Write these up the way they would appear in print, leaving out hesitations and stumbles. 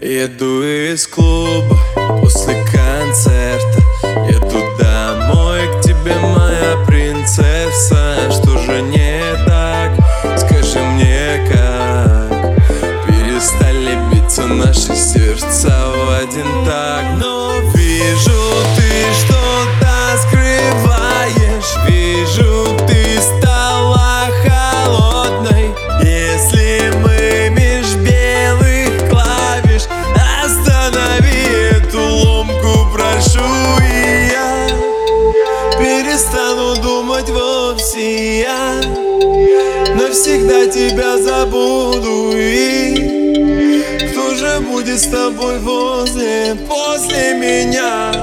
Еду из клуба после концерта, еду домой к тебе, моя принцесса. Что же не так? Скажи мне, как перестали биться наши сердца в один так? Но вижу, ты что-то скрываешь, вижу, ты стала холодной. Если мы меж белых клавиш, останови эту ломку, прошу, и я перестану думать вовсе. Я навсегда тебя забуду. И кто же будет с тобой после меня?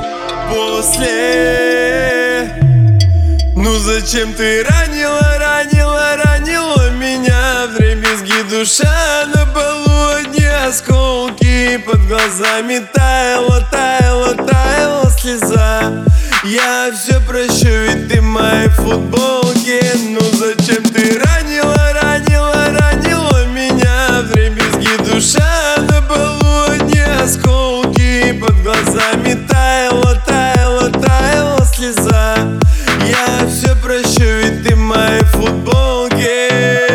Ну зачем ты ранила меня? Вдребезги душа на полу, одни осколки. Под глазами таяла слеза. Я все прощу, ведь ты в моей футболке. Ну зачем ты ранила меня? Вдребезги душа на полу, одни осколки. Под глазами таяла слеза. Я все прощу, ведь ты в моей футболке.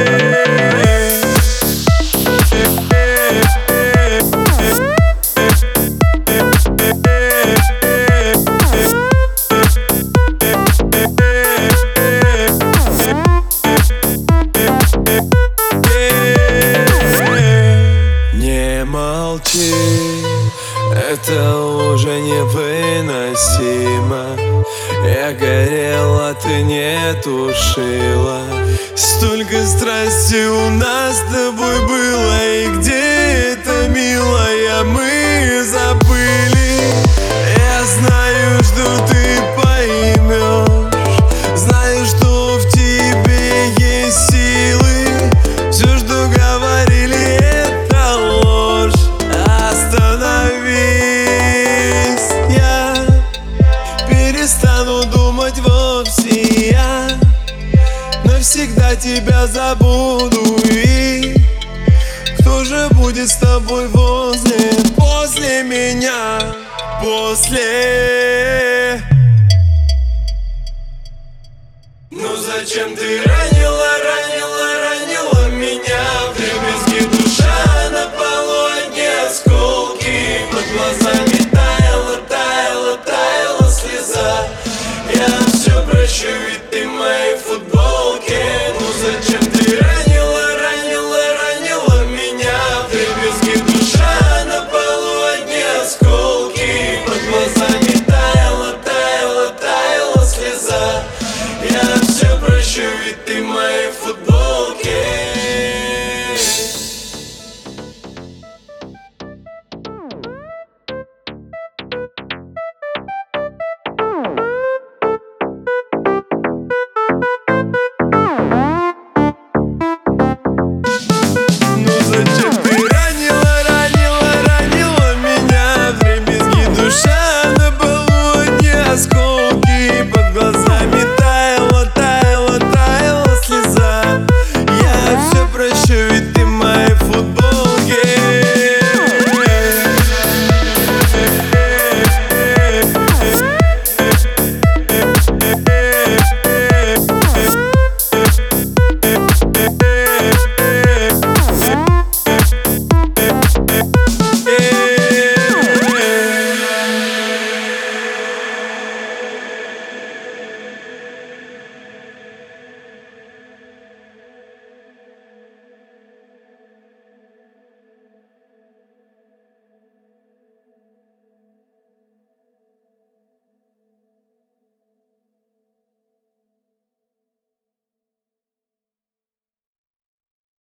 Не молчи, это уже невыносимо. Я горела, ты не тушила. Столько страсти у нас с тобой было. И где это, милая, мы забыли. Я знаю, что ты поймешь, знаю, что в тебе есть силы. Все, что говорили, это ложь. Остановись, я перестану думать вовсе. Я навсегда тебя забуду. И кто же будет с тобой после меня? Ну зачем ты ранила